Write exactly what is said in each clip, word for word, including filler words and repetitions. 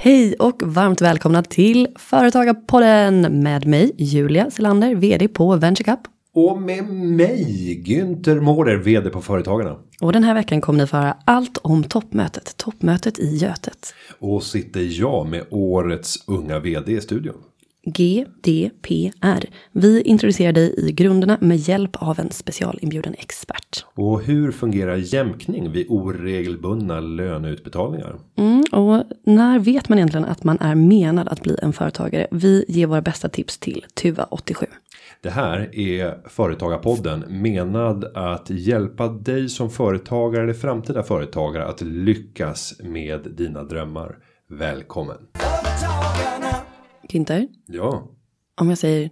Hej och varmt välkomna till Företagarpodden med mig, Julia Selander, vd på VentureCup. Och med mig, Günther Mårder, vd på Företagarna. Och den här veckan kommer ni få höra allt om toppmötet, toppmötet i Götet. Och sitter jag med årets unga vd i studion. G D P R. Vi introducerar dig i grunderna med hjälp av en specialinbjuden expert. Och hur fungerar jämkning vid oregelbundna löneutbetalningar? Mm, och när vet man egentligen att man är menad att bli en företagare? Vi ger våra bästa tips till Tuva åttiosju. Det här är Företagarpodden, menad att hjälpa dig som företagare eller framtida företagare att lyckas med dina drömmar. Välkommen! Günther? Ja. Om jag säger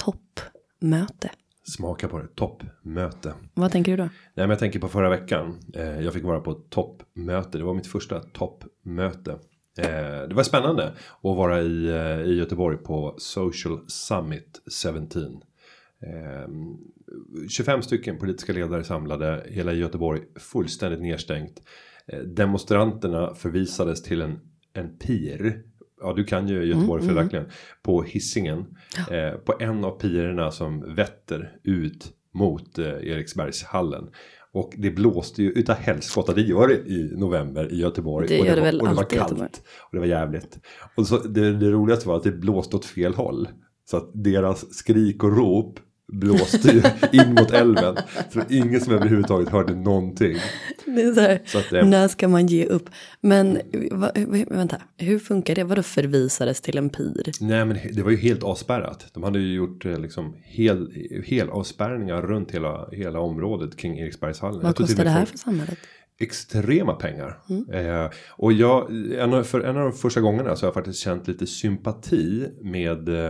toppmöte. Smaka på det. Toppmöte. Vad tänker du då? Nej, men jag tänker på förra veckan. Eh, jag fick vara på ett toppmöte. Det var mitt första toppmöte. Eh, det var spännande att vara i, eh, i Göteborg på Social Summit sjutton. Eh, tjugofem stycken politiska ledare samlade. Hela Göteborg fullständigt nedstängt. Eh, demonstranterna förvisades till en, en pier. Ja, du kan ju Göteborg mm, för verkligen. Mm. På Hisingen. Ja. Eh, på en av pirerna som vetter ut mot eh, Eriksbergshallen. Och det blåste ju utav helskotta. Det gör det i november i Göteborg. Det och det gör det var, väl och det var alltid. kallt. Och det var jävligt. Och så, det, det roligaste var att det blåste åt fel håll. Så att deras skrik och rop blåste ju in mot älven. Så ingen som överhuvudtaget hörde någonting. Det är så här, så att, eh, när ska man ge upp? Men va, vänta, hur funkar det? Vadå förvisades till en pir? Nej, men det var ju helt avspärrat. De hade ju gjort liksom hel, hel avspärrningar runt hela, hela området kring Eriksbergshallen. Vad kostar det här för samhället? Extrema pengar. Mm. Eh, och jag, en av, för en av de första gångerna så har jag faktiskt känt lite sympati med eh,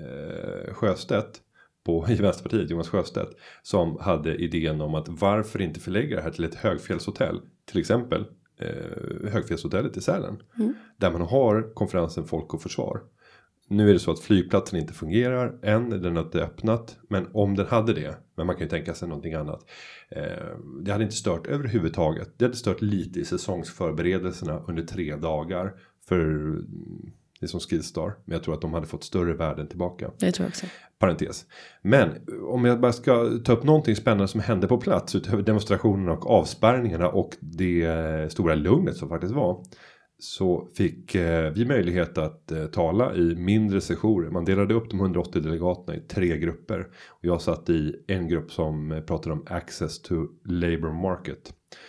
Sjöstedt. På, i Vänsterpartiet, Jonas Sjöstedt, som hade idén om att varför inte förlägga det här till ett högfjällshotell, till exempel eh, högfjällshotellet i Sälen, mm. där man har konferensen Folk och Försvar. Nu är det så att flygplatsen inte fungerar än, den har inte öppnat, men om den hade det, men man kan ju tänka sig någonting annat, eh, det hade inte stört överhuvudtaget. Det hade stört lite i säsongsförberedelserna under tre dagar för det är som Skillstar, men jag tror att de hade fått större värden tillbaka. Det tror jag också. Parentes. Men om jag bara ska ta upp någonting spännande som hände på plats utöver demonstrationerna och avspärrningarna och det stora lugnet som faktiskt var, så fick eh, vi möjlighet att eh, tala i mindre sessioner. Man delade upp de hundraåttio delegaterna i tre grupper. Och jag satt i en grupp som pratade om access to labor market.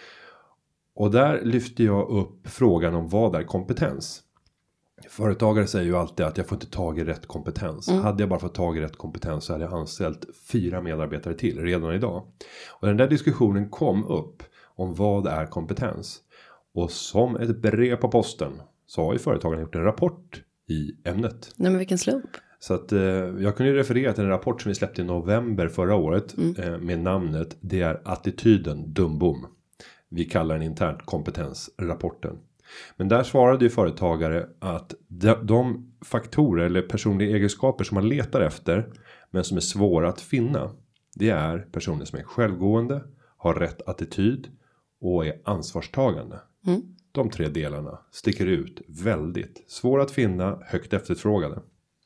Och där lyfte jag upp frågan om vad är kompetens. Företagare säger ju alltid att jag får inte tag i rätt kompetens. Mm. Hade jag bara fått tag i rätt kompetens så hade jag anställt fyra medarbetare till redan idag. Och den där diskussionen kom upp om vad är kompetens. Och som ett brev på posten så har ju företagarna gjort en rapport i ämnet. Nej, men vilken slump. Så att eh, jag kunde referera till en rapport som vi släppte i november förra året mm. eh, med namnet Det är attityden dumbom. Vi kallar den internt kompetensrapporten. Men där svarade ju företagare att de, de faktorer eller personliga egenskaper som man letar efter men som är svåra att finna, det är personer som är självgående, har rätt attityd och är ansvarstagande. Mm. De tre delarna sticker ut väldigt. Svåra att finna, högt efterfrågade.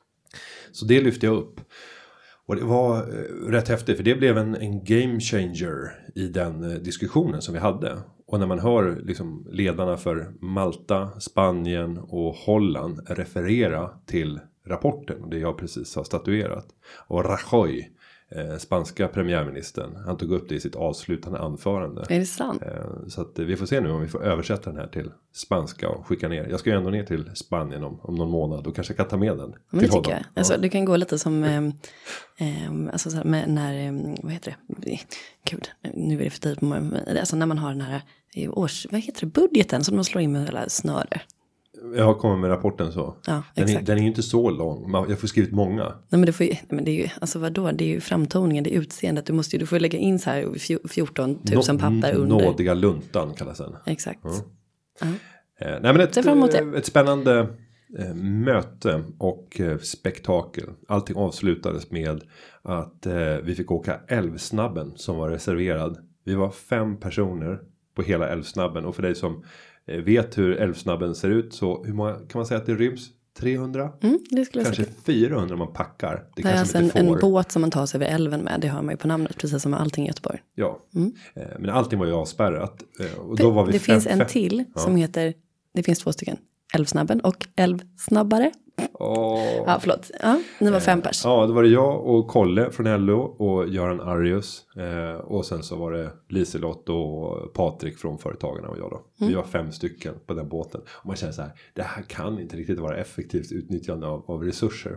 Så det lyfte jag upp. Och det var eh, rätt häftigt för det blev en, en game changer i den eh, diskussionen som vi hade. Och när man hör liksom, ledarna för Malta, Spanien och Holland referera till rapporten och det jag precis har statuerat. Och Rajoy, eh, spanska premiärministern, han tog upp det i sitt avslutande anförande. Är det sant? Eh, så att, eh, vi får se nu om vi får översätta den här till spanska och skicka ner. Jag ska ju ändå ner till Spanien om, om någon månad och kanske kan ta med den. Men det tycker jag. Alltså, du kan gå lite som eh, eh, alltså, så här, med, när, eh, vad heter det? Gud, nu är det för tid på morgonen. Alltså när man har den här års, vad heter det, budgeten som de slår in med hela snöre. Jag kommer med rapporten så. Ja, den, är, den är ju inte så lång. Jag får skrivit många. Nej, men det får ju, men det är ju, alltså vadå? Det är ju framtoningen, det är utseendet. Du måste ju, du får lägga in så här fjorton tusen papper under. Nådiga luntan kallas den. Exakt. Ja. Uh-huh. Eh, nej men ett, ett, ett spännande eh, möte och eh, spektakel. Allting avslutades med att eh, vi fick åka Älvsnabben som var reserverad. Vi var fem personer på hela Älvsnabben och för dig som vet hur Älvsnabben ser ut, så hur många kan man säga att det ryms? trehundra? Mm, det skulle kanske säga. fyrahundra man packar. Det, det kanske är alltså inte en, får. en båt som man tar sig över älven med. Det har man ju på namnet, precis som allting i Göteborg. Ja, mm. men allting var ju avspärrat. Och då var vi det fem, finns en fem. till ja. som heter, det finns två stycken. Älvsnabben och Älvsnabbare. Oh. Ja, förlåt. Ja, ni var fem pers. Ja, då var det jag och Kolle från L O och Göran Arius. Eh, och sen så var det Liselott och Patrik från Företagarna och jag då. Mm. Vi var fem stycken på den båten. Och man känner så här, det här kan inte riktigt vara effektivt utnyttjande av, av resurser.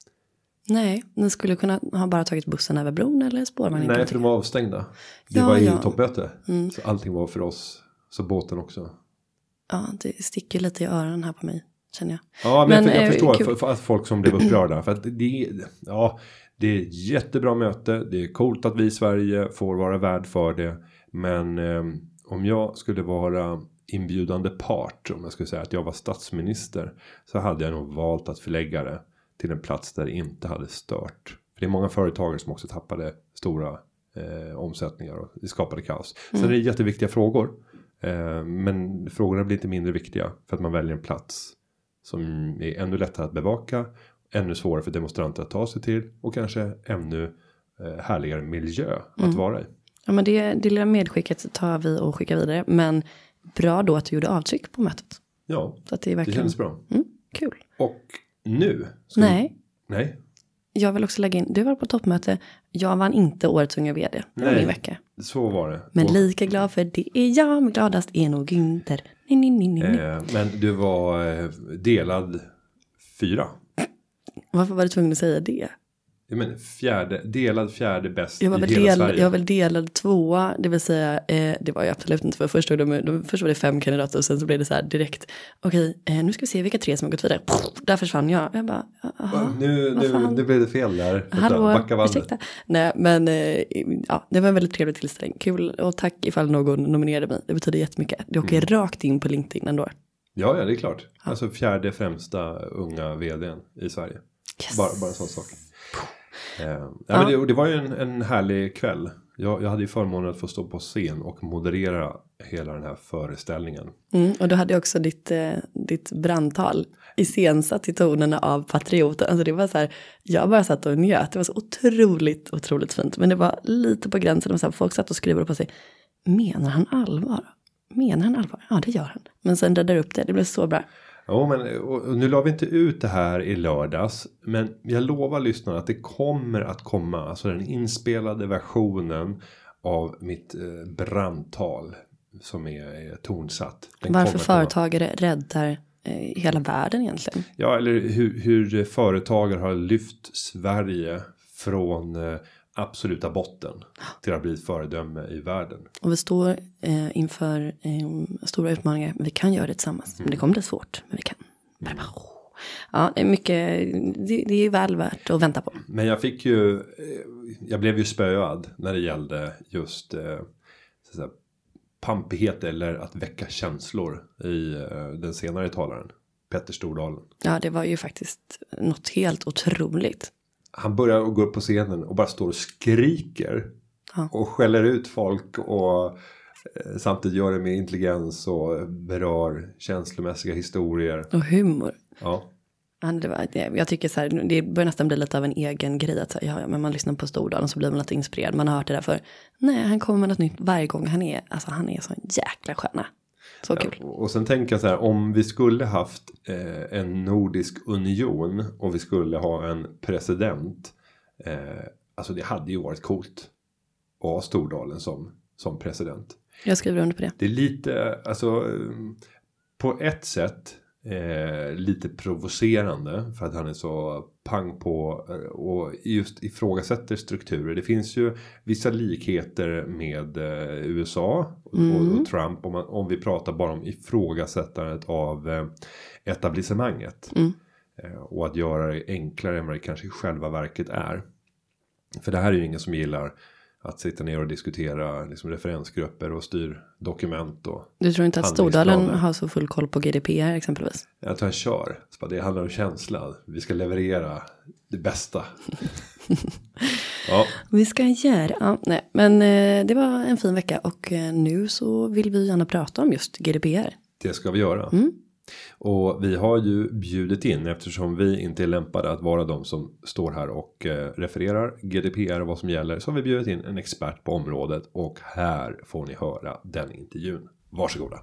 Nej, ni skulle kunna ha bara tagit bussen över bron eller spårvagnen. Nej, för de var avstängda. Det ja, var ju ja. toppmöte. Mm. Så allting var för oss. Så båten också. Ja, det sticker lite i öronen här på mig, känner jag. Ja, men, men jag, jag förstår kul. för, för att folk som blev upprörda. För att det, ja, det är ett jättebra möte. Det är coolt att vi i Sverige får vara värd för det. Men eh, om jag skulle vara inbjudande part, om jag skulle säga att jag var statsminister, så hade jag nog valt att förlägga det till en plats där det inte hade stört. För det är många företagare som också tappade stora eh, omsättningar och det skapade kaos. Mm. Så det är jätteviktiga frågor. Eh, men frågorna blir inte mindre viktiga för att man väljer en plats som är ännu lättare att bevaka, ännu svårare för demonstranter att ta sig till och kanske ännu eh, härligare miljö att mm. vara i. Ja, men det, det lilla medskicket tar vi och skickar vidare. Men bra då att du gjorde avtryck på mötet. Ja, så att det, är verkligen... det känns bra. Mm, kul. Och nu? Nej. Vi... Nej. Jag vill också lägga in, du var på toppmöte. Jag vann inte årets unga vd. Det var Nej, min vecka. Så var det. Men och... lika glad för det är jag. Men gladast är nog Günther. Nej, nej, nej, nej. Eh, men du var eh, delad fyra. Varför var du tvungen att säga det? Jag menar, fjärde, delad fjärde bäst jag var i väl hela del, Sverige. Jag var väl delad tvåa, det vill säga, eh, det var ju absolut inte för först, de, de, först var det fem kandidater och sen så blev det så här direkt, okej, eh, nu ska vi se vilka tre som har gått vidare. Pff, där försvann jag. Jag bara, aha, nu, nu, nu blev det fel där. Hallå, ursäkta. Nej, men eh, ja, det var en väldigt trevlig tillställning. Kul, och tack ifall någon nominerade mig. Det betyder jättemycket. Det åker mm. rakt in på LinkedIn ändå. Ja, ja, det är klart. Ja. Alltså fjärde främsta unga vdn i Sverige. Yes. Bara, bara en sån sak. Eh, ja, ja. Men det, det var ju en, en härlig kväll. Jag, jag hade ju förmånen att få stå på scen och moderera hela den här föreställningen. Mm, och du hade också ditt, eh, ditt brandtal iscensatt i tonerna av patrioten. Alltså det var så här, jag bara satt och njöt. Det var så otroligt, otroligt fint. Men det var lite på gränsen. Så här, folk satt och skruvade på sig. Menar han allvar? Menar han allvar? Ja, det gör han. Men sen räddade upp det. Det blev så bra. Ja, men och nu la vi inte ut det här i lördags, men jag lovar lyssnarna att det kommer att komma, alltså den inspelade versionen av mitt eh, brandtal som är, är tonsatt. Den Varför företagare räddar eh, hela världen egentligen? Ja, eller hur, hur företagare har lyft Sverige från eh, absoluta botten till att bli ett föredöme i världen. Och vi står eh, inför eh, stora utmaningar, men vi kan göra det tillsammans. Mm. Men det kommer bli svårt, men vi kan. Mm. Ja, det är mycket, det, det är väl värt att vänta på. Men jag fick ju, jag blev ju spöad när det gällde just eh, så säga, pampighet eller att väcka känslor i eh, den senare talaren, Petter Stordalen. Ja, det var ju faktiskt något helt otroligt. Han börjar att gå upp på scenen och bara står och skriker. Ja. Och skäller ut folk och eh, samtidigt gör det med intelligens och berör känslomässiga historier. Och humor. Ja. Ja, det var, jag tycker så här, det börjar nästan bli lite av en egen grej. Att, ja, ja, men man lyssnar på Stordalen så blir man lite inspirerad. Man har hört det där för. Nej, han kommer med något nytt varje gång. Han är, alltså, han är så en jäkla stjärna. Så kul. Ja, och sen tänker jag så här, om vi skulle haft eh, en nordisk union och vi skulle ha en president, eh, alltså det hade ju varit coolt att ha Stordalen som, som president. Jag skriver under på det. Det är lite, alltså på ett sätt eh, lite provocerande för att han är så pang på och just ifrågasätter strukturer. Det finns ju vissa likheter med eh, U S A och, mm. och Trump om, man, om vi pratar bara om ifrågasättandet av eh, etablissemanget. Mm. Eh, och att göra det enklare än vad det kanske i själva verket är. För det här är ju ingen som gillar att sitta ner och diskutera liksom, referensgrupper och styrdokument. Och du tror inte att Stordalen har så full koll på G D P R exempelvis? Jag tror han kör. Så det handlar om känsla. Vi ska leverera det bästa. Ja. Vi ska göra. Ja, nej. Men eh, det var en fin vecka. Och eh, nu så vill vi gärna prata om just G D P R. Det ska vi göra. Mm. Och vi har ju bjudit in, eftersom vi inte är lämpade att vara de som står här och eh, refererar G D P R och vad som gäller, så har vi bjudit in en expert på området, och här får ni höra den intervjun. Varsågoda.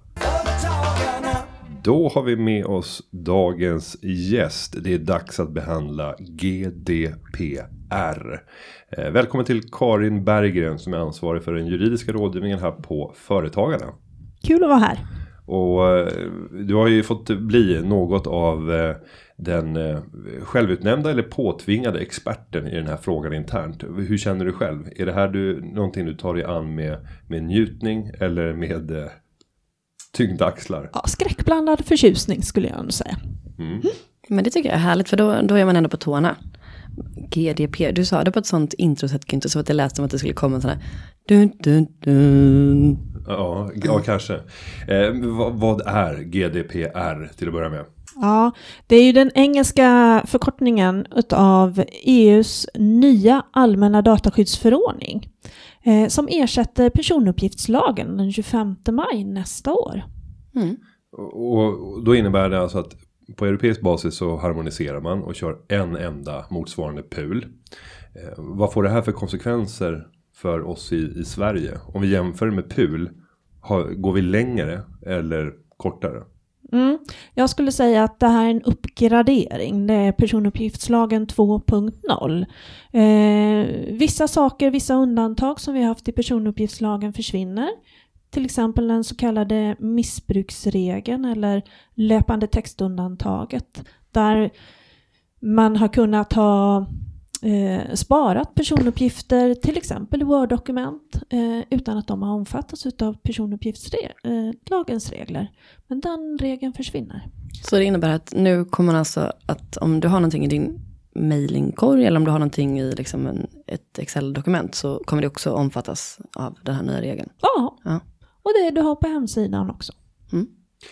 Då har vi med oss dagens gäst. Det är dags att behandla G D P R. Eh, välkommen till Karin Berggren som är ansvarig för den juridiska rådgivningen här på Företagarna. Kul att vara här. Och eh, du har ju fått bli något av eh, den eh, självutnämnda eller påtvingade experten i den här frågan internt. Hur känner du själv? Är det här du, någonting du tar dig an med, med njutning eller med eh, tyngda axlar? Ja, skräckblandad förtjusning skulle jag nog säga. Mm. Men det tycker jag är härligt, för då, då är man ändå på tårna. G D P R, du sa det på ett sånt introsätt, inte så att jag läste om att det skulle komma en sån här dun, dun, dun. Ja, ja kanske. Eh, vad, vad är G D P R till att börja med? Ja, det är ju den engelska förkortningen av E U:s nya allmänna dataskyddsförordning eh, som ersätter personuppgiftslagen den tjugofemte maj nästa år. Mm. Och, och då innebär det alltså att på europeisk basis så harmoniserar man och kör en enda motsvarande pool. Eh, vad får det här för konsekvenser för oss i, i Sverige? Om vi jämför med pool, har, går vi längre eller kortare? Mm. Jag skulle säga att det här är en uppgradering. Det är personuppgiftslagen två punkt noll. Eh, vissa saker, vissa undantag som vi har haft i personuppgiftslagen försvinner. Till exempel den så kallade missbruksregeln eller löpande textundantaget. Där man har kunnat ha eh, sparat personuppgifter till exempel i Word-dokument eh, utan att de har omfattats av personuppgiftslagens regler. Men den regeln försvinner. Så det innebär att nu kommer man alltså att om du har någonting i din mailingkorg eller om du har någonting i liksom en, ett Excel-dokument, så kommer det också omfattas av den här nya regeln. Ja, ja. Och det du har på hemsidan också. Mm.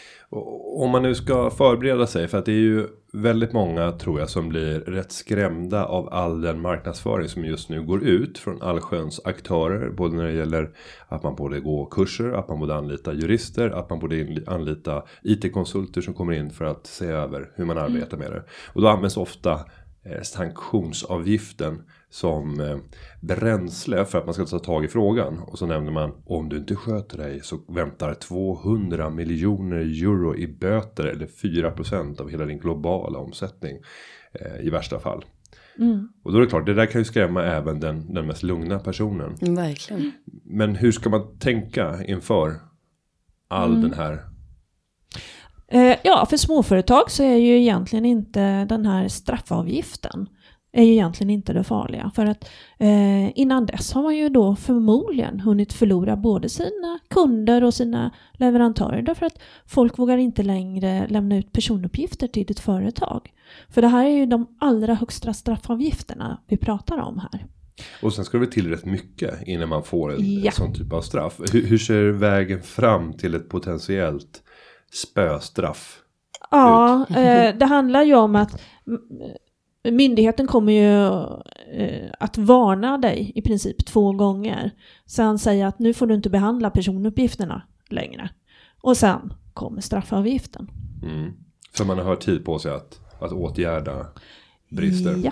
Och om man nu ska förbereda sig, för att det är ju väldigt många tror jag som blir rätt skrämda av all den marknadsföring som just nu går ut från allsköns aktörer, både när det gäller att man borde gå kurser, att man borde anlita jurister, att man borde anlita I T-konsulter som kommer in för att se över hur man arbetar med det. Och då används ofta eh, sanktionsavgiften som eh, bränsle för att man ska ta tag i frågan. Och så nämner man, om du inte sköter dig så väntar tvåhundra miljoner euro i böter eller fyra procent av hela din globala omsättning eh, i värsta fall. Mm. Och då är det klart, det där kan ju skrämma även den, den mest lugna personen. Mm, verkligen. Men hur ska man tänka inför all Mm. den här? Eh, ja, för småföretag så är ju egentligen inte den här straffavgiften är ju egentligen inte det farliga. För att eh, innan dess har man ju då förmodligen hunnit förlora både sina kunder och sina leverantörer. Därför att folk vågar inte längre lämna ut personuppgifter till ditt företag. För det här är ju de allra högsta straffavgifterna vi pratar om här. Och sen ska det till rätt mycket innan man får en Ja. sån typ av straff. Hur, hur ser vägen fram till ett potentiellt spöstraff? Ja, eh, det handlar ju om att myndigheten kommer ju eh, att varna dig i princip två gånger. Sen säga att nu får du inte behandla personuppgifterna längre. Och sen kommer straffavgiften. Mm. Så man har tid på sig att, att åtgärda brister. Ja.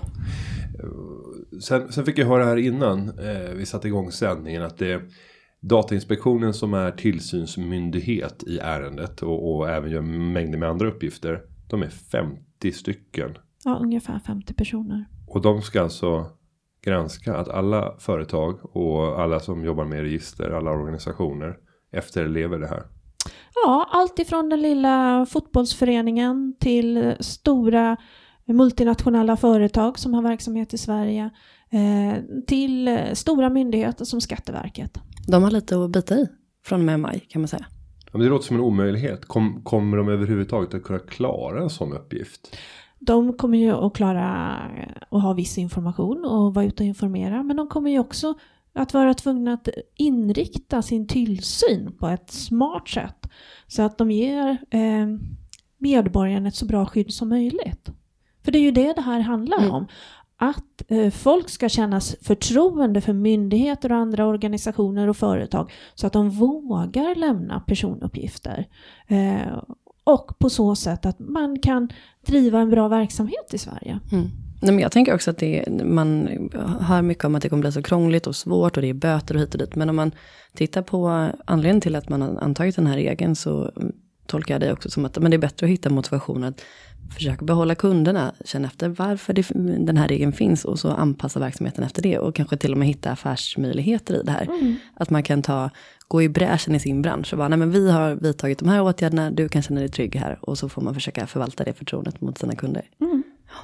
Sen, sen fick jag höra här innan eh, vi satte igång sändningen att det är Datainspektionen som är tillsynsmyndighet i ärendet och, och även gör mängder med andra uppgifter. De är femtio stycken. Ja, ungefär femtio personer. Och de ska alltså granska att alla företag och alla som jobbar med register, alla organisationer efterlever det här. Ja, allt ifrån den lilla fotbollsföreningen till stora multinationella företag som har verksamhet i Sverige eh, till stora myndigheter som Skatteverket. De har lite att bita i från och med maj kan man säga. Ja, men det låter som en omöjlighet. Kom, kommer de överhuvudtaget att kunna klara en sån uppgift? De kommer ju att klara att ha viss information och vara ute och informera. Men de kommer ju också att vara tvungna att inrikta sin tillsyn på ett smart sätt. Så att de ger eh, medborgarna ett så bra skydd som möjligt. För det är ju det det här handlar Mm. om. att eh, folk ska känna förtroende för myndigheter och andra organisationer och företag så att de vågar lämna personuppgifter. Eh, och på så sätt att man kan driva en bra verksamhet i Sverige. Mm. Nej, men jag tänker också att det är, man hör mycket om att det kommer bli så krångligt och svårt och det är böter och hit och dit. Men om man tittar på anledningen till att man har antagit den här regeln så tolkar jag det också som att men det är bättre att hitta motivation att försöka behålla kunderna, känna efter varför det, den här regeln finns och så anpassa verksamheten efter det och kanske till och med hitta affärsmöjligheter i det här. Mm. Att man kan ta, gå i bräschen i sin bransch och bara, nej men vi har vidtagit de här åtgärderna, du kan känna dig trygg här och så får man försöka förvalta det förtroendet mot sina kunder. Mm.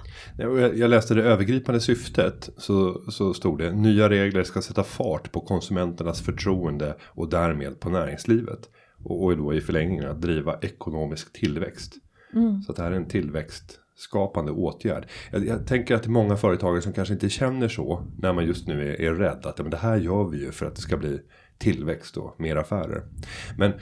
Jag läste det övergripande syftet så, så stod det nya regler ska sätta fart på konsumenternas förtroende och därmed på näringslivet och, och då i förlängningen att driva ekonomisk tillväxt. Mm. Så att det här är en tillväxtskapande åtgärd. Jag, jag tänker att det är många företagare som kanske inte känner så när man just nu är, är rädd att men det här gör vi ju för att det ska bli tillväxt och mer affärer. Men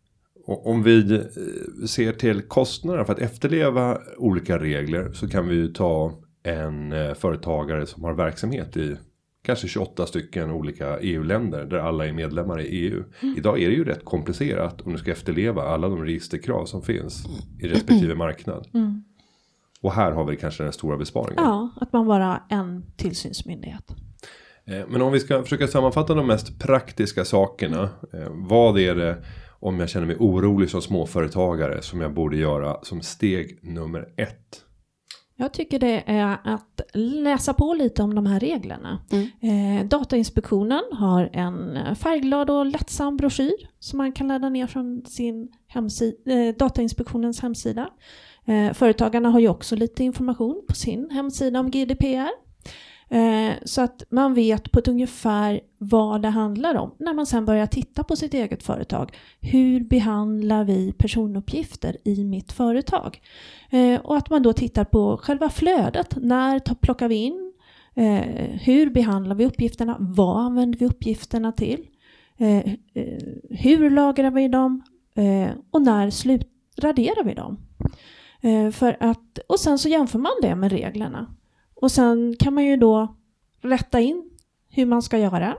om vi ser till kostnaderna för att efterleva olika regler så kan vi ju ta en företagare som har verksamhet i kanske tjugoåtta stycken olika E U-länder där alla är medlemmar i E U. Mm. Idag är det ju rätt komplicerat om du ska efterleva alla de registerkrav som finns i respektive marknad. Mm. Och här har vi kanske den stora besparingen. Ja, att man bara har en tillsynsmyndighet. Men om vi ska försöka sammanfatta de mest praktiska sakerna. Vad är det om jag känner mig orolig som småföretagare som jag borde göra som steg nummer ett? Jag tycker det är att läsa på lite om de här reglerna. Mm. Eh, Datainspektionen har en färgglad och lättsam broschyr som man kan ladda ner från sin hemsida, eh, Datainspektionens hemsida. Eh, företagarna har ju också lite information på sin hemsida om G D P R. Eh, så att man vet på ett ungefär vad det handlar om när man sen börjar titta på sitt eget företag. Hur behandlar vi personuppgifter i mitt företag? Eh, och att man då tittar på själva flödet. När tar, plockar vi in? Eh, hur behandlar vi uppgifterna? Vad använder vi uppgifterna till? Eh, eh, hur lagrar vi dem? Eh, och när slut, raderar vi dem? Eh, för att, och sen så jämför man det med reglerna. Och sen kan man ju då rätta in hur man ska göra.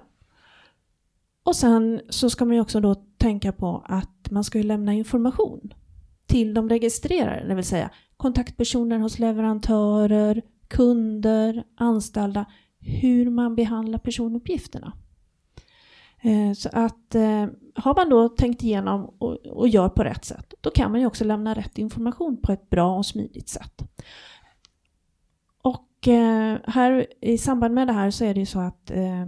Och sen så ska man ju också då tänka på att man ska ju lämna information till de registrerade. Det vill säga kontaktpersoner hos leverantörer, kunder, anställda. Hur man behandlar personuppgifterna. Så att har man då tänkt igenom och, och gör på rätt sätt. Då kan man ju också lämna rätt information på ett bra och smidigt sätt. Och eh, här i samband med det här så är det ju så att eh,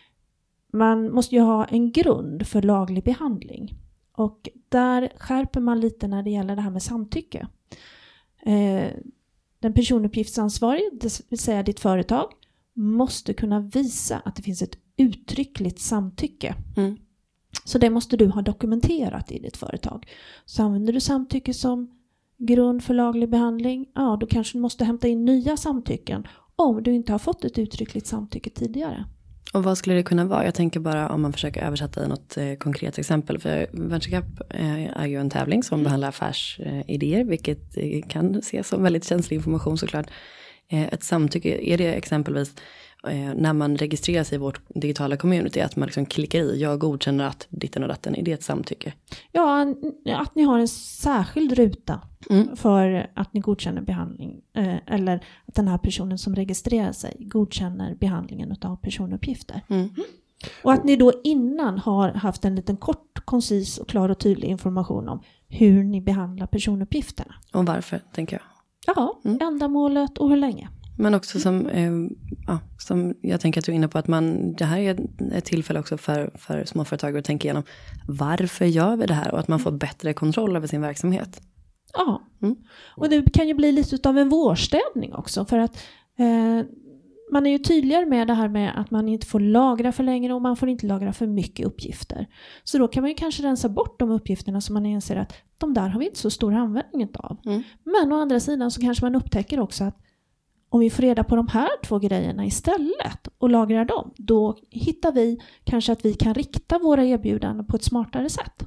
man måste ju ha en grund för laglig behandling. Och där skärper man lite när det gäller det här med samtycke. Eh, den personuppgiftsansvarige, det vill säga ditt företag, måste kunna visa att det finns ett uttryckligt samtycke. Mm. Så det måste du ha dokumenterat i ditt företag. Så använder du samtycke som grund för laglig behandling, ja då kanske du måste hämta in nya samtycken om du inte har fått ett uttryckligt samtycke tidigare. Och vad skulle det kunna vara? Jag tänker bara om man försöker översätta i något eh, konkret exempel. För VentureCap eh, är ju en tävling som mm. behandlar affärsidéer, vilket eh, kan ses som väldigt känslig information såklart. Eh, ett samtycke, är det exempelvis eh, när man registrerar sig i vårt digitala community, att man liksom klickar i, jag godkänner att ditten och datten, är det ett samtycke? Ja, att ni har en särskild ruta mm. för att ni godkänner behandling, eh, eller att den här personen som registrerar sig godkänner behandlingen av personuppgifter. Mm. Mm. Och att ni då innan har haft en liten kort, koncis och klar och tydlig information om hur ni behandlar personuppgifterna. Och varför, tänker jag. Ja, mm. ändamålet och hur länge. Men också som, eh, ja, som jag tänker att du är inne på, att man, det här är ett tillfälle också för, för småföretagare att tänka igenom varför gör vi det här, och att man får bättre kontroll över sin verksamhet. Ja, mm. Och det kan ju bli lite av en vårstädning också, för att eh, man är ju tydligare med det här med att man inte får lagra för länge och man får inte lagra för mycket uppgifter. Så då kan man ju kanske rensa bort de uppgifterna som man inser att de där har vi inte så stor användning av. Mm. Men å andra sidan så kanske man upptäcker också att om vi får reda på de här två grejerna istället och lagrar dem, då hittar vi kanske att vi kan rikta våra erbjudanden på ett smartare sätt.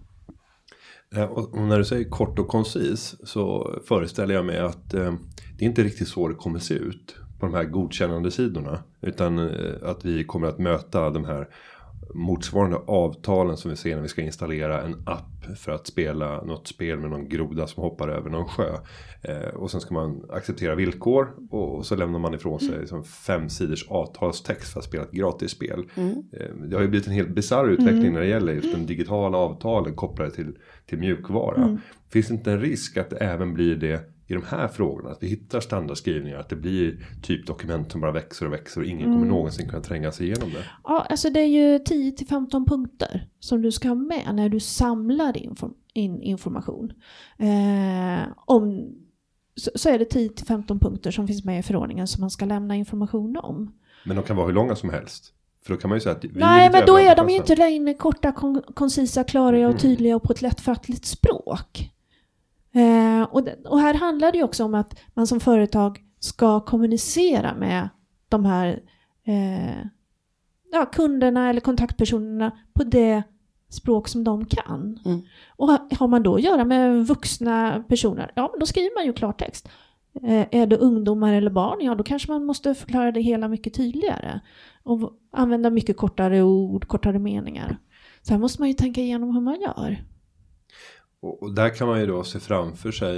Och när du säger kort och koncis så föreställer jag mig att eh, det är inte riktigt så det kommer se ut på de här godkännande sidorna. Utan eh, att vi kommer att möta de här motsvarande avtalen som vi ser när vi ska installera en app för att spela något spel med någon groda som hoppar över någon sjö. Eh, och sen ska man acceptera villkor och, och så lämnar man ifrån sig liksom fem sidors avtalstext för att spela ett gratisspel. Mm. Eh, det har ju blivit en helt bizarr utveckling mm. när det gäller just den digitala avtalen kopplade till, till mjukvara. Mm. Finns det inte en risk att det även blir det i de här frågorna, att vi hittar standardskrivningar, att det blir typ dokument som bara växer och växer och ingen mm. kommer någonsin kunna tränga sig igenom det? Ja, alltså det är ju tio till femton punkter som du ska ha med när du samlar inform- in information. Eh, om, så, så är det tio till femton punkter som finns med i förordningen som man ska lämna information om. Men de kan vara hur långa som helst. För då kan man ju säga att vi Nej, men då är de ju inte längre korta, kon- koncisa, klara och mm. tydliga och på ett lättfattligt språk. Eh, och, och här handlar det ju också om att man som företag ska kommunicera med de här eh, ja, kunderna eller kontaktpersonerna på det språk som de kan. Mm. Och har man då att göra med vuxna personer, ja, då skriver man ju klartext. Eh, är det ungdomar eller barn, ja, då kanske man måste förklara det hela mycket tydligare. Och använda mycket kortare ord, kortare meningar. Så här måste man ju tänka igenom hur man gör. Och där kan man ju då se framför sig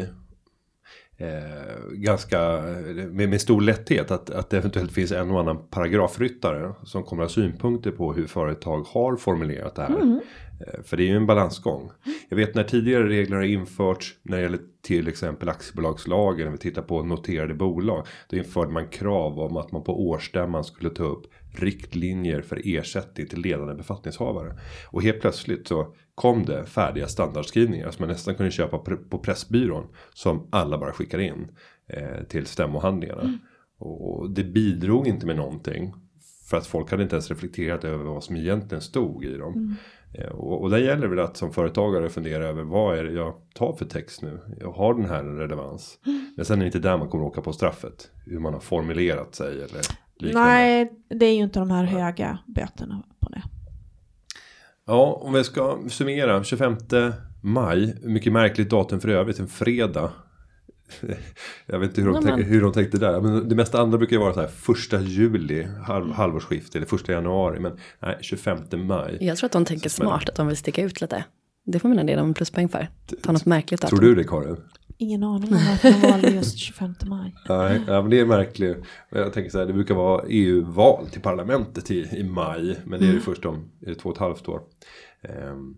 eh, ganska med, med stor lätthet att, att det eventuellt finns en och annan paragrafryttare som kommer att ha synpunkter på hur företag har formulerat det här. Mm. Eh, för det är ju en balansgång. Jag vet när tidigare regler har införts när det gäller till exempel aktiebolagslagen, när vi tittar på noterade bolag, då införde man krav om att man på årsstämman skulle ta upp riktlinjer för ersättning till ledande befattningshavare. Och helt plötsligt så kom det färdiga standardskrivningar som man nästan kunde köpa på Pressbyrån som alla bara skickar in eh, till stämmohandlingarna. Mm. Och det bidrog inte med någonting för att folk hade inte ens reflekterat över vad som egentligen stod i dem. Mm. Eh, och, och där gäller väl att som företagare fundera över vad är det jag tar för text nu? Jag har den här en relevans. Mm. Men sen är det inte där man kommer åka på straffet. Hur man har formulerat sig eller liknande. Nej, det är ju inte de här höga böterna på det. Ja, om vi ska summera. tjugofemte maj, mycket märkligt datum för övrigt, en fredag. Jag vet inte hur de, tänk, hur de tänkte där. Men det mesta andra brukar ju vara så här första juli, halv, halvårsskift eller första januari. Men nej, tjugofemte maj. Jag tror att de tänker smart, att de vill sticka ut lite. Det får man en del om pluspoäng för. Ta något märkligt datum. Tror du det, Karin? Ingen aning om varför de valde just tjugofemte maj. Nej, ja, men det är märkligt. Jag tänker så här, det brukar vara E U-val till parlamentet i, i maj. Men det är det mm. först om är det två och ett halvt år. Um,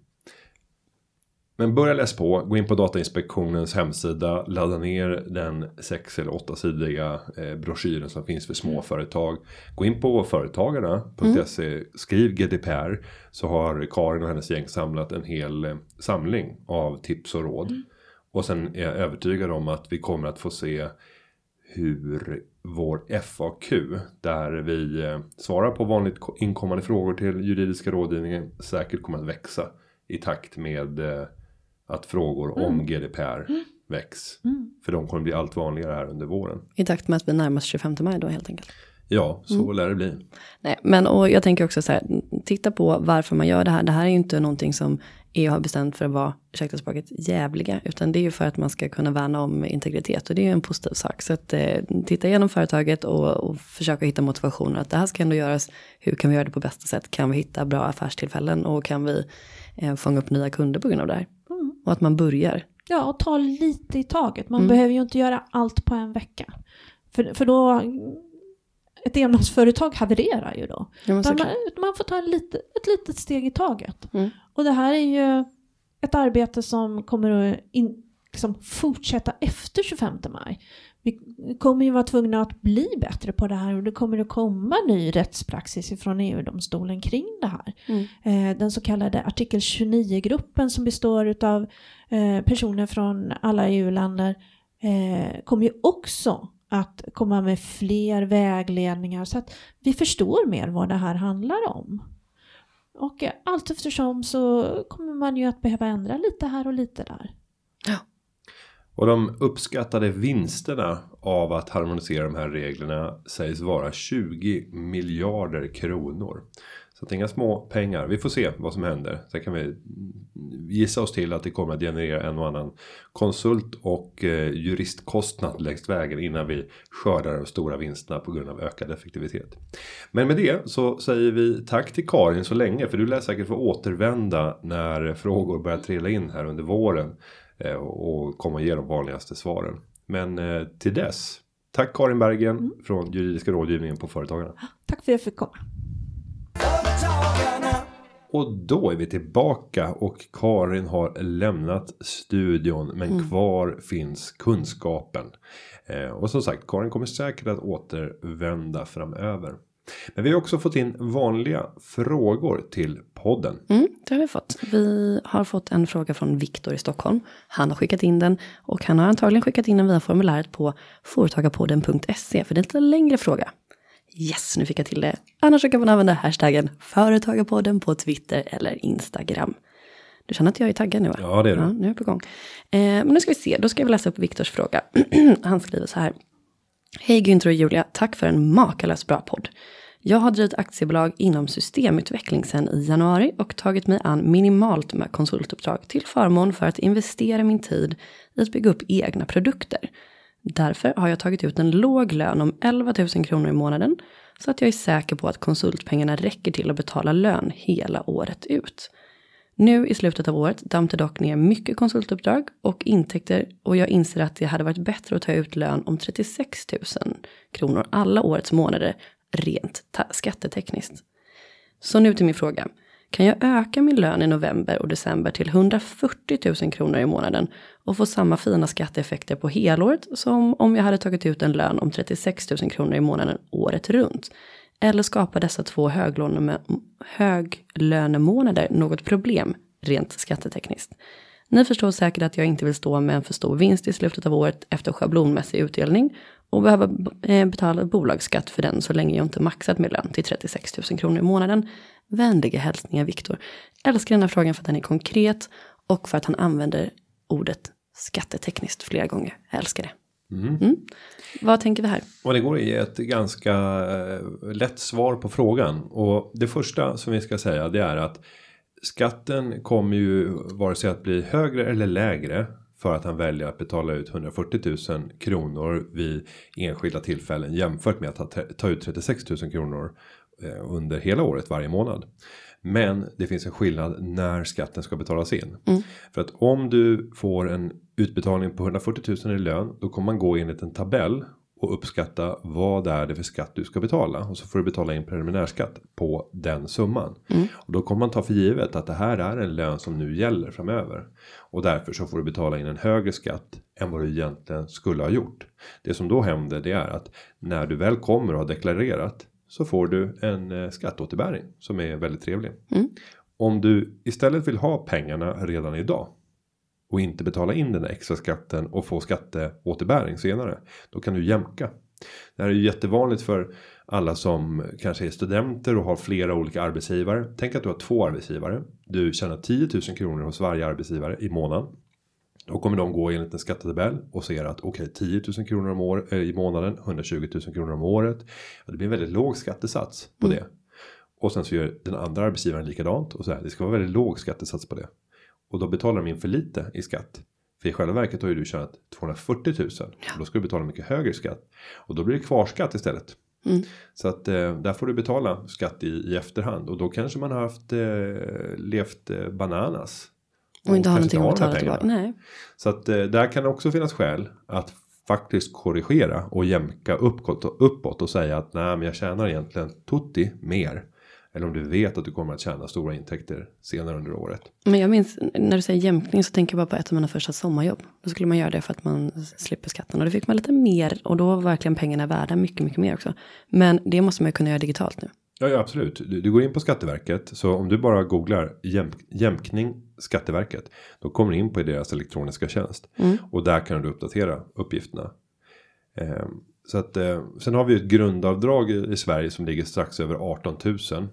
men börja läsa på. Gå in på Datainspektionens hemsida. Ladda ner den sex- eller åttasidiga eh, broschyren som finns för småföretag. Gå in på företagarna punkt se. Mm. Skriv G D P R. Så har Karin och hennes gäng samlat en hel eh, samling av tips och råd. Mm. Och sen är jag övertygad om att vi kommer att få se hur vår F A Q, där vi svarar på vanligt inkommande frågor till juridiska rådgivningen, säkert kommer att växa i takt med att frågor mm. om G D P R mm. väcks. Mm. För de kommer bli allt vanligare här under våren. I takt med att vi närmar oss tjugofemte maj då helt enkelt. Ja, så mm. lär det bli. Nej, men och jag tänker också så här, titta på varför man gör det här. Det här är ju inte någonting som E U har bestämt för att vara, ursäkta språket, jävliga. Utan det är ju för att man ska kunna värna om integritet. Och det är ju en positiv sak. Så att eh, titta igenom företaget och, och försöka hitta motivationer. Att det här ska ändå göras. Hur kan vi göra det på bästa sätt? Kan vi hitta bra affärstillfällen? Och kan vi eh, fånga upp nya kunder på grund av det här? Mm. Och att man börjar. Ja, och ta lite i taget. Man mm. behöver ju inte göra allt på en vecka. För, för då... Ett enmansföretag havererar ju då. Ja, man, man får ta en lite, ett litet steg i taget. Mm. Och det här är ju ett arbete som kommer att in, liksom fortsätta efter tjugofemte maj. Vi kommer ju vara tvungna att bli bättre på det här. Och det kommer att komma ny rättspraxis från E U-domstolen kring det här. Mm. Eh, den så kallade artikel tjugonio-gruppen som består av eh, personer från alla E U-länder eh, kommer ju också att komma med fler vägledningar så att vi förstår mer vad det här handlar om. Och allt eftersom så kommer man ju att behöva ändra lite här och lite där. Ja. Och de uppskattade vinsterna av att harmonisera de här reglerna sägs vara tjugo miljarder kronor. Så att inga små pengar. Vi får se vad som händer. Sen kan vi gissa oss till att det kommer att generera en och annan konsult- och eh, juristkostnad längs vägen innan vi skördar de stora vinsterna på grund av ökad effektivitet. Men med det så säger vi tack till Karin så länge. För du lär säkert få återvända när frågor börjar trilla in här under våren. Eh, och komma och ge de vanligaste svaren. Men eh, till dess, tack Karin Berggren mm. från Juridiska rådgivningen på Företagarna. Tack för att jag fick komma. Och då är vi tillbaka och Karin har lämnat studion men mm. kvar finns kunskapen. Eh, och som sagt, Karin kommer säkert att återvända framöver. Men vi har också fått in vanliga frågor till podden. Mm, det har vi fått. Vi har fått en fråga från Viktor i Stockholm. Han har skickat in den och han har antagligen skickat in den via formuläret på företagarpodden punkt se för det är en lite längre fråga. Yes, nu fick jag till det. Annars kan man använda hashtaggen Företagarpodden på Twitter eller Instagram. Du känner att jag är taggad nu va? Ja, det är du. Ja, nu är jag på gång. Eh, men nu ska vi se, då ska vi läsa upp Viktors fråga. Han skriver så här. Hej Günther och Julia, tack för en makalös bra podd. Jag har drivit aktiebolag inom systemutveckling sedan i januari och tagit mig an minimalt med konsultuppdrag till förmån för att investera min tid i att bygga upp egna produkter. Därför har jag tagit ut en låg lön om elva tusen kronor i månaden så att jag är säker på att konsultpengarna räcker till att betala lön hela året ut. Nu i slutet av året damp det dock ner mycket konsultuppdrag och intäkter och jag inser att det hade varit bättre att ta ut lön om trettiosex tusen kronor alla årets månader rent ta- skattetekniskt. Så nu till min fråga. Kan jag öka min lön i november och december till hundrafyrtio tusen kronor i månaden och få samma fina skatteeffekter på helåret som om jag hade tagit ut en lön om trettiosex tusen kronor i månaden året runt? Eller skapar dessa två höglöne- höglönemånader något problem rent skattetekniskt? Ni förstår säkert att jag inte vill stå med en för stor vinst i slutet av året efter schablonmässig utdelning och behöva betala bolagsskatt för den så länge jag inte maxat min lön till trettiosex tusen kronor i månaden. Vänliga hälsningar Viktor. Älskar den här frågan för att den är konkret och för att han använder ordet skattetekniskt flera gånger. Jag älskar det. Mm. Mm. Vad tänker vi här? Och det går att ge ett ganska eh, lätt svar på frågan. Och det första som vi ska säga det är att skatten kommer ju vare sig att bli högre eller lägre för att han väljer att betala ut hundrafyrtio tusen kronor vid enskilda tillfällen jämfört med att ta, ta ut trettiosex tusen kronor eh, under hela året varje månad. Men det finns en skillnad när skatten ska betalas in. Mm. För att om du får en utbetalning på hundrafyrtio tusen i lön, då kommer man gå enligt en tabell och uppskatta vad är det för skatt du ska betala. Och så får du betala in preliminärskatt på den summan. Mm. Och då kommer man ta för givet att det här är en lön som nu gäller framöver. Och därför så får du betala in en högre skatt än vad du egentligen skulle ha gjort. Det som då händer det är att när du väl kommer och har deklarerat så får du en eh, skatteåterbäring som är väldigt trevlig. Mm. Om du istället vill ha pengarna redan idag och inte betala in den extra skatten och få skatteåterbäring senare, då kan du jämka. Det här är ju jättevanligt för alla som kanske är studenter och har flera olika arbetsgivare. Tänk att du har två arbetsgivare. Du tjänar tio tusen kronor hos varje arbetsgivare i månaden. Då kommer de gå enligt en skattetabell och ser att okej, okay, tio tusen kronor om år, äh, i månaden, hundratjugo tusen kronor om året. Ja, det blir en väldigt låg skattesats på mm. det. Och sen så gör den andra arbetsgivaren likadant. Och så här, det ska vara väldigt låg skattesats på det. Och då betalar de in för lite i skatt. För i själva verket har ju du tjänat tvåhundrafyrtio tusen. Ja. Och då ska du betala mycket högre skatt. Och då blir det kvarskatt istället. Mm. Så att eh, där får du betala skatt i, i efterhand. Och då kanske man har haft eh, levt eh, bananas. Och, och inte har någonting att betala tillbaka. Nej. Så att eh, där kan det också finnas skäl att faktiskt korrigera och jämka uppåt och, uppåt och säga att nej, men jag tjänar egentligen tutti mer. Eller om du vet att du kommer att tjäna stora intäkter senare under året. Men jag minns, när du säger jämkning så tänker jag bara på ett av mina första sommarjobb. Då skulle man göra det för att man slipper skatten. Och det fick man lite mer. Och då var verkligen pengarna värda mycket, mycket mer också. Men det måste man ju kunna göra digitalt nu. Ja, ja absolut. Du, du går in på Skatteverket. Så om du bara googlar jämk, jämkning Skatteverket. Då kommer du in på deras elektroniska tjänst. Mm. Och där kan du uppdatera uppgifterna. Eh, så att, eh, sen har vi ett grundavdrag i, i Sverige som ligger strax över arton tusen.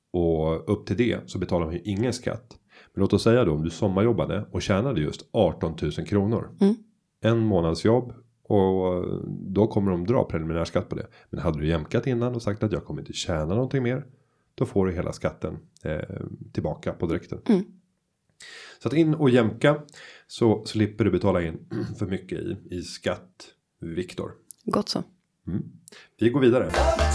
Och upp till det så betalar man ju ingen skatt. Men låt oss säga då om du sommarjobbade och tjänade just arton tusen kronor. Mm. En månads jobb och då kommer de dra preliminär skatt på det. Men hade du jämkat innan och sagt att jag kommer inte tjäna någonting mer. Då får du hela skatten eh, tillbaka på direkten. Mm. Så att in och jämka så slipper du betala in för mycket i, i skatt, Viktor. Gott så. Mm. Vi går vidare.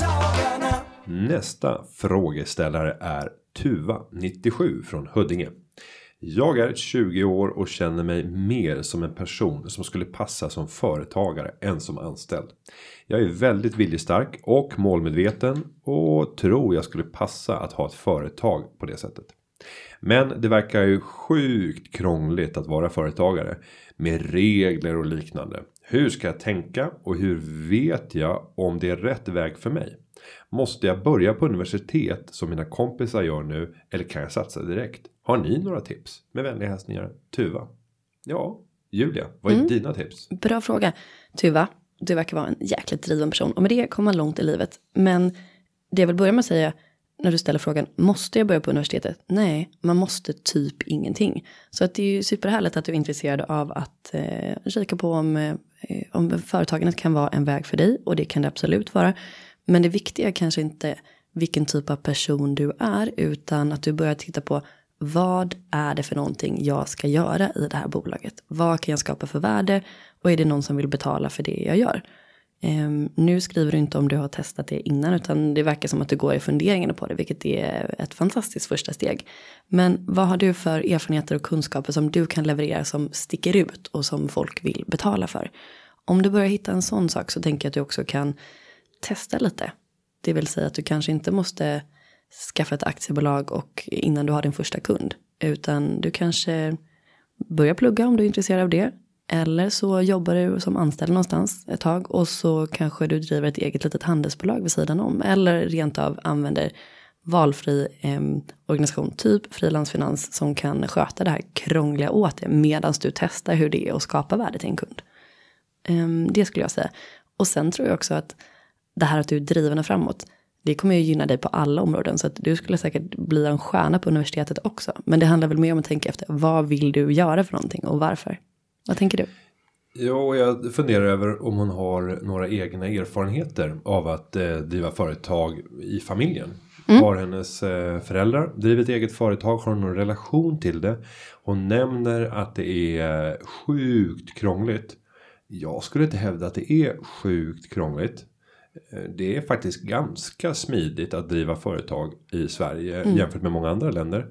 Nästa frågeställare är Tuva nittiosju från Huddinge. Jag är tjugo år och känner mig mer som en person som skulle passa som företagare än som anställd. Jag är väldigt viljestark och målmedveten och tror jag skulle passa att ha ett företag på det sättet. Men det verkar ju sjukt krångligt att vara företagare med regler och liknande. Hur ska jag tänka och hur vet jag om det är rätt väg för mig? Måste jag börja på universitet som mina kompisar gör nu eller kan jag satsa direkt? Har ni några tips? Med vänliga hälsningar, Tuva. Ja, Julia, vad är mm. dina tips? Bra fråga. Tuva, du verkar vara en jäkligt driven person och med det kommer man långt i livet. Men det jag vill börja med att säga när du ställer frågan, måste jag börja på universitetet? Nej, man måste typ ingenting. Så att det är ju superhärligt att du är intresserad av att eh, kika på om, eh, om företagandet kan vara en väg för dig. Och det kan det absolut vara. Men det viktiga är kanske inte vilken typ av person du är, utan att du börjar titta på vad är det för någonting jag ska göra i det här bolaget? Vad kan jag skapa för värde? Och är det någon som vill betala för det jag gör? Um, nu skriver du inte om du har testat det innan, utan det verkar som att du går i funderingarna på det, vilket är ett fantastiskt första steg. Men vad har du för erfarenheter och kunskaper som du kan leverera som sticker ut och som folk vill betala för? Om du börjar hitta en sån sak så tänker jag att du också kan testa lite. Det vill säga att du kanske inte måste skaffa ett aktiebolag och innan du har din första kund, utan du kanske börjar plugga om du är intresserad av det. Eller så jobbar du som anställd någonstans ett tag och så kanske du driver ett eget litet handelsbolag vid sidan om. Eller rent av använder valfri eh, organisation, typ frilansfinans, som kan sköta det här krångliga åt dig medan du testar hur det är att skapa värde till en kund. Eh, det skulle jag säga. Och sen tror jag också att det här att du är driven framåt, det kommer ju gynna dig på alla områden. Så att du skulle säkert bli en stjärna på universitetet också. Men det handlar väl mer om att tänka efter, vad vill du göra för någonting och varför? Vad tänker du? Ja, jag funderar över om hon har några egna erfarenheter av att eh, driva företag i familjen. Mm. Har hennes eh, föräldrar drivit eget företag? Har hon någon relation till det? Hon nämner att det är sjukt krångligt. Jag skulle inte hävda att det är sjukt krångligt. Det är faktiskt ganska smidigt att driva företag i Sverige mm. jämfört med många andra länder.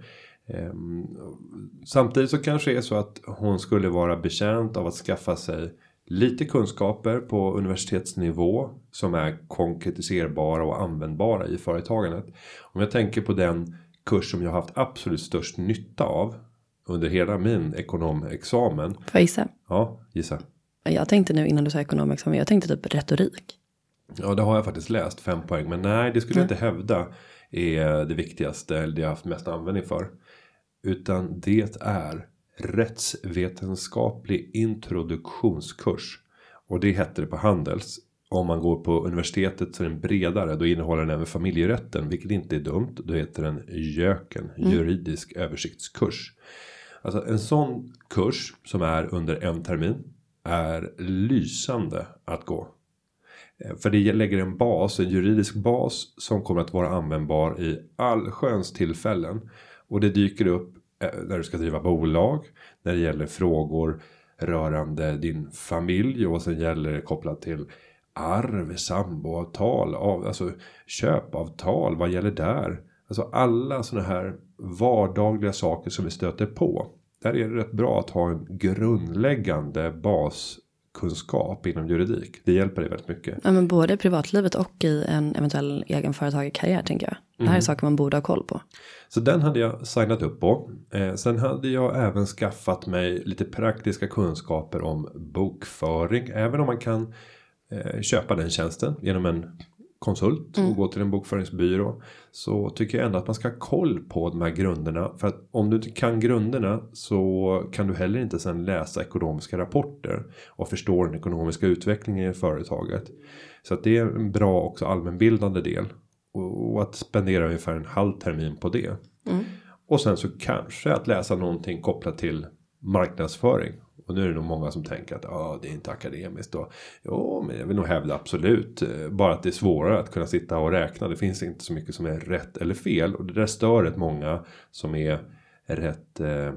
Samtidigt så kanske det är så att hon skulle vara betjänt av att skaffa sig lite kunskaper på universitetsnivå som är konkretiserbara och användbara i företagandet. Om jag tänker på den kurs som jag har haft absolut störst nytta av under hela min ekonomexamen. Får jag gissa? Ja, gissa. Jag tänkte nu innan du sa ekonomexamen, jag tänkte typ retorik. Ja, det har jag faktiskt läst, fem poäng. Men nej, det skulle jag inte hävda är det viktigaste eller det jag har haft mest användning för. Utan det är rättsvetenskaplig introduktionskurs. Och det heter det på Handels. Om man går på universitetet så är den bredare. Då innehåller den även familjerätten, vilket inte är dumt. Då heter den JÖKen, juridisk mm. översiktskurs. Alltså en sån kurs som är under en termin är lysande att gå. För det lägger en bas, en juridisk bas som kommer att vara användbar i allsköns tillfällen. Och det dyker upp när du ska driva bolag, när det gäller frågor rörande din familj och sen gäller det kopplat till arv, samboavtal, av, alltså köpavtal, vad gäller där? Alltså alla sådana här vardagliga saker som vi stöter på. Där är det rätt bra att ha en grundläggande bas kunskap inom juridik. Det hjälper dig väldigt mycket. Ja, men både i privatlivet och i en eventuell egenföretagarkarriär tänker jag. Det här mm. är saker man borde ha koll på. Så den hade jag signat upp på. Eh, sen hade jag även skaffat mig lite praktiska kunskaper om bokföring. Även om man kan eh, köpa den tjänsten genom en konsult mm. och gå till en bokföringsbyrå, så tycker jag ändå att man ska ha koll på de här grunderna. För att om du inte kan grunderna så kan du heller inte sedan läsa ekonomiska rapporter och förstå den ekonomiska utvecklingen i företaget. Så att det är en bra också allmänbildande del. Och att spendera ungefär en halv termin på det. Mm. Och sen så kanske att läsa någonting kopplat till marknadsföring. Och nu är det nog många som tänker att ah, det är inte akademiskt då. Jo, men jag vill nog hävda absolut. Bara att det är svårare att kunna sitta och räkna. Det finns inte så mycket som är rätt eller fel. Och det där stör rätt många som är rätt eh,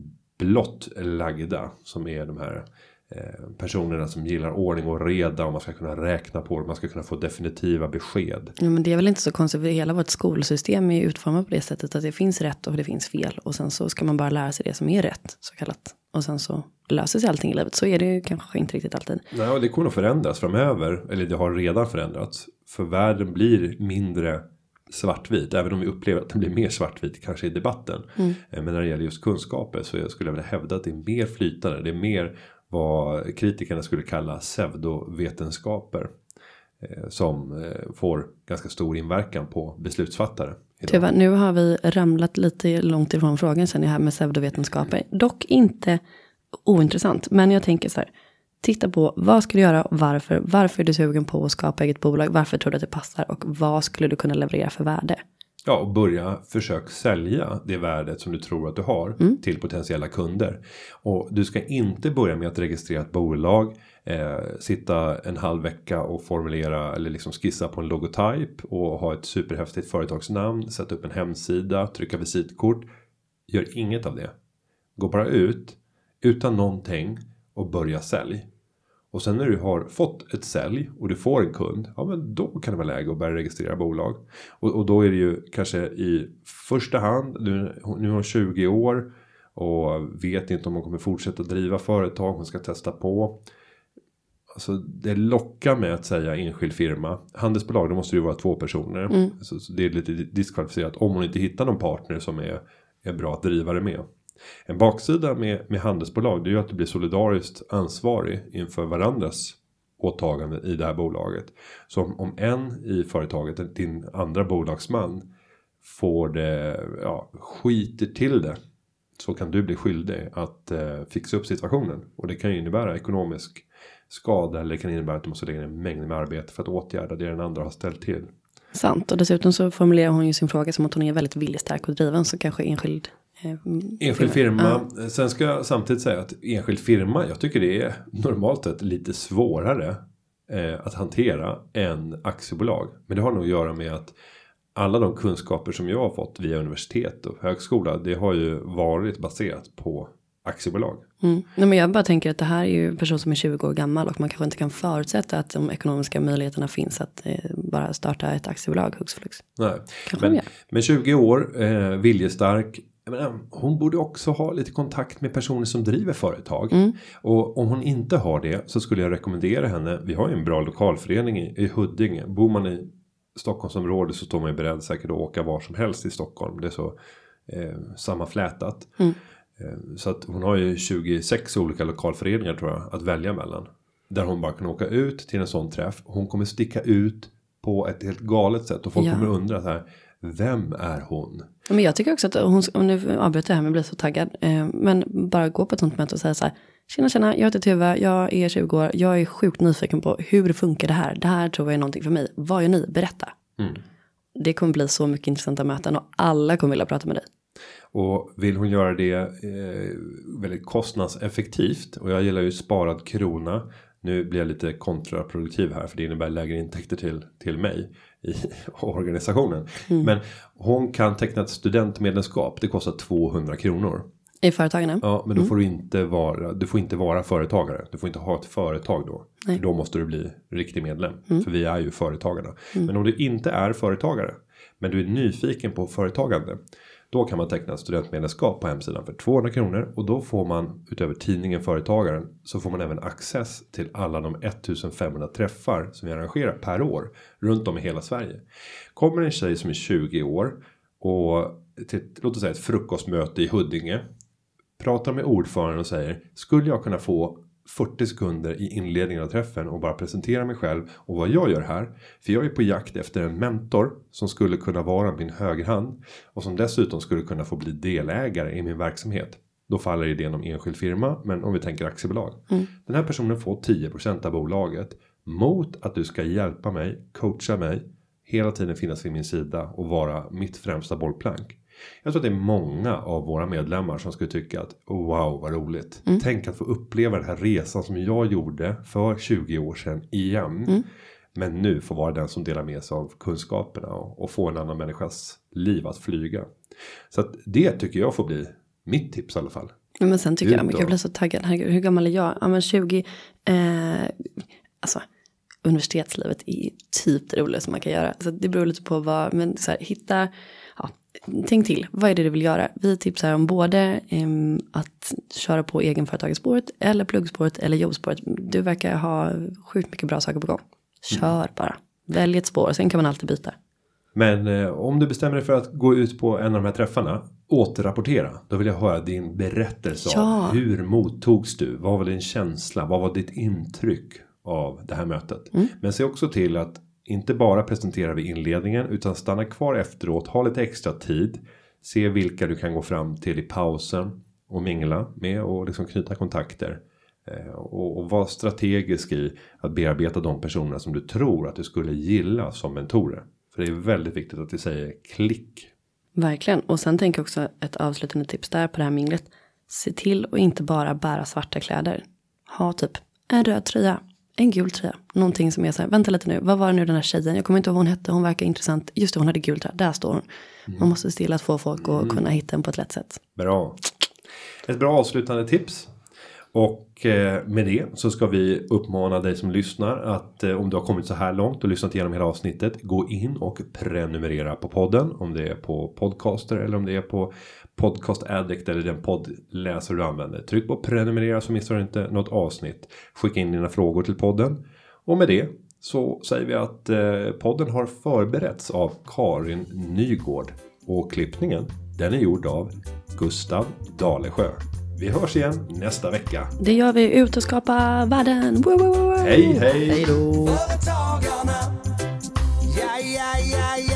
blott lagda. Som är de här eh, personerna som gillar ordning och reda. Och man ska kunna räkna på det. Man ska kunna få definitiva besked. Ja, men det är väl inte så konstigt. För hela vårt skolsystem är utformat på det sättet att det finns rätt och det finns fel. Och sen så ska man bara lära sig det som är rätt, så kallat. Och sen så löser sig allting i livet. Så är det ju kanske inte riktigt alltid. Nej, och det kommer att förändras framöver. Eller det har redan förändrats. För världen blir mindre svartvit. Även om vi upplever att den blir mer svartvit kanske i debatten. Mm. Men när det gäller just kunskaper så jag skulle jag vilja hävda att det är mer flytande. Det är mer vad kritikerna skulle kalla pseudovetenskaper. Eh, som eh, får ganska stor inverkan på beslutsfattare. Tyvärr, nu har vi ramlat lite långt ifrån frågan sen här med pseudovetenskaper. Dock inte ointressant. Men jag tänker så här. Titta på vad ska du göra och varför. Varför är du sugen på att skapa eget bolag? Varför tror du att det passar? Och vad skulle du kunna leverera för värde? Ja, och börja försök sälja det värdet som du tror att du har mm. till potentiella kunder. Och du ska inte börja med att registrera ett bolag. Eh, sitta en halv vecka och formulera eller liksom skissa på en logotyp. Och ha ett superhäftigt företagsnamn. Sätta upp en hemsida. Trycka visitkort. Gör inget av det. Gå bara ut utan någonting och börja sälj. Och sen när du har fått ett sälj och du får en kund, ja men då kan det vara läge att börja registrera bolag. Och, och då är det ju kanske i första hand, nu, nu har hon tjugo år och vet inte om hon kommer fortsätta driva företag, hon ska testa på. Alltså det lockar med att säga enskild firma. Handelsbolag, då måste det ju vara två personer. Mm. Så, så det är lite diskvalificerat om hon inte hittar någon partner som är, är bra att driva det med. En baksida med, med handelsbolag det är ju att du blir solidariskt ansvarig inför varandras åtagande i det här bolaget. Så om, om en i företaget, din andra bolagsman, får det, ja, skiter till det, så kan du bli skyldig att eh, fixa upp situationen. Och det kan ju innebära ekonomisk skada eller det kan innebära att du måste lägga en mängd med arbete för att åtgärda det den andra har ställt till. Sant, och dessutom så formulerar hon ju sin fråga som att hon är väldigt viljestark och driven, så kanske enskild Enskild firma. Ja. Sen ska jag samtidigt säga att enskild firma, jag tycker det är normalt sett lite svårare eh, att hantera än aktiebolag. Men det har nog att göra med att alla de kunskaper som jag har fått via universitet och högskola, det har ju varit baserat på aktiebolag. Mm. Nej, men jag bara tänker att det här är ju en person som är tjugo år gammal och man kanske inte kan förutsätta att de ekonomiska möjligheterna finns att eh, bara starta ett aktiebolag hux flux. Nej, men, men tjugo år, eh, viljestark. Menar, hon borde också ha lite kontakt med personer som driver företag. Mm. Och om hon inte har det så skulle jag rekommendera henne. Vi har ju en bra lokalförening i, i Huddinge. Bor man i Stockholmsområdet så står man ju beredd säkert att åka var som helst i Stockholm. Det är så eh, sammanflätat. Mm. Eh, så att hon har ju tjugosex olika lokalföreningar tror jag att välja mellan. Där hon bara kan åka ut till en sån träff. Hon kommer sticka ut på ett helt galet sätt. Och folk ja. kommer undra så här. Vem är hon? Men jag tycker också att hon, om nu avbryter det här med att bli så taggad. Eh, men bara gå på ett sånt möte och säga så här. Tjena, tjena, jag heter Tuva, jag är tjugo år. Jag är sjukt nyfiken på hur funkar det här. Det här tror jag är någonting för mig. Vad gör ni? Berätta. Mm. Det kommer bli så mycket intressanta möten och alla kommer vilja prata med dig. Och vill hon göra det eh, väldigt kostnadseffektivt. Och jag gillar ju sparad krona. Nu blir jag lite kontraproduktiv här för det innebär lägre intäkter till, till mig i organisationen. Mm. Men hon kan teckna ett studentmedlemskap. Det kostar tvåhundra kronor. I företagarna? Ja, men då mm. får du inte vara, du får inte vara företagare. Du får inte ha ett företag då. Nej. För då måste du bli riktig medlem. Mm. För vi är ju företagarna. Mm. Men om du inte är företagare, men du är nyfiken på företagande. Då kan man teckna ett studentmedlemskap på hemsidan för tvåhundra kronor. Och då får man, utöver tidningen Företagaren, så får man även access till alla de femtonhundra träffar som vi arrangerar per år. Runt om i hela Sverige. Kommer en tjej som är tjugo år och till, låt oss säga ett frukostmöte i Huddinge. Pratar med ordföranden och säger, skulle jag kunna få fyrtio sekunder i inledningen av träffen och bara presentera mig själv och vad jag gör här. För jag är på jakt efter en mentor som skulle kunna vara min högerhand och som dessutom skulle kunna få bli delägare i min verksamhet. Då faller idén om enskild firma, men om vi tänker aktiebolag. Mm. Den här personen får tio procent av bolaget mot att du ska hjälpa mig, coacha mig, hela tiden finnas vid min sida och vara mitt främsta bollplank. Jag tror att det är många av våra medlemmar som skulle tycka att wow vad roligt. Mm. Tänk att få uppleva den här resan som jag gjorde för tjugo år sedan igen. Mm. Men nu får vara den som delar med sig av kunskaperna och, och få en annan människas liv att flyga. Så att det tycker jag får bli mitt tips i alla fall. Ja, men sen tycker Ut jag, men då. jag blir så taggad. Herregud, hur gammal är jag? Ja men tjugo. Eh, alltså universitetslivet är typ det roliga som man kan göra. Så det beror lite på vad, men så här, hitta, ja, tänk till. Vad är det du vill göra? Vi tipsar om både eh, att köra på egenföretagarspåret eller pluggspåret eller jobbspåret. Du verkar ha sjukt mycket bra saker på gång. Kör mm. bara. Välj ett spår, sen kan man alltid byta. Men eh, om du bestämmer dig för att gå ut på en av de här träffarna, återrapportera. Då vill jag höra din berättelse ja. av hur mottogs du? Vad var din känsla? Vad var ditt intryck av det här mötet? Mm. Men se också till att inte bara presentera vid inledningen utan stanna kvar efteråt, ha lite extra tid. Se vilka du kan gå fram till i pausen och mingla med och liksom knyta kontakter. Eh, och, och vara strategisk i att bearbeta de personer som du tror att du skulle gilla som mentorer. För det är väldigt viktigt att vi säger klick. Verkligen. Och sen tänker jag också ett avslutande tips där på det här minglet. Se till att inte bara bära svarta kläder. Ha typ en röd tröja, en gul tröja. Någonting som är så här, vänta lite nu. Vad var det nu den här tjejen? Jag kommer inte ihåg vad hon hette. Hon verkar intressant. Just det, hon hade gul tröja. Där står hon. Mm. Man måste se till att få folk att mm. kunna hitta den på ett lätt sätt. Bra. Ett bra avslutande tips. Och med det så ska vi uppmana dig som lyssnar att om du har kommit så här långt och lyssnat igenom hela avsnittet, gå in och prenumerera på podden. Om det är på Podcaster eller om det är på Podcast Addict eller den poddläsare du använder. Tryck på prenumerera så missar du inte något avsnitt. Skicka in dina frågor till podden. Och med det så säger vi att podden har förberetts av Karin Nygård. Och klippningen, den är gjord av Gustav Dalesjö. Vi hörs igen nästa vecka. Det gör vi, ut och skapa världen. Wow, wow, wow. Hej, hej. Hej då. Företagarna. Ja, ja, ja, ja.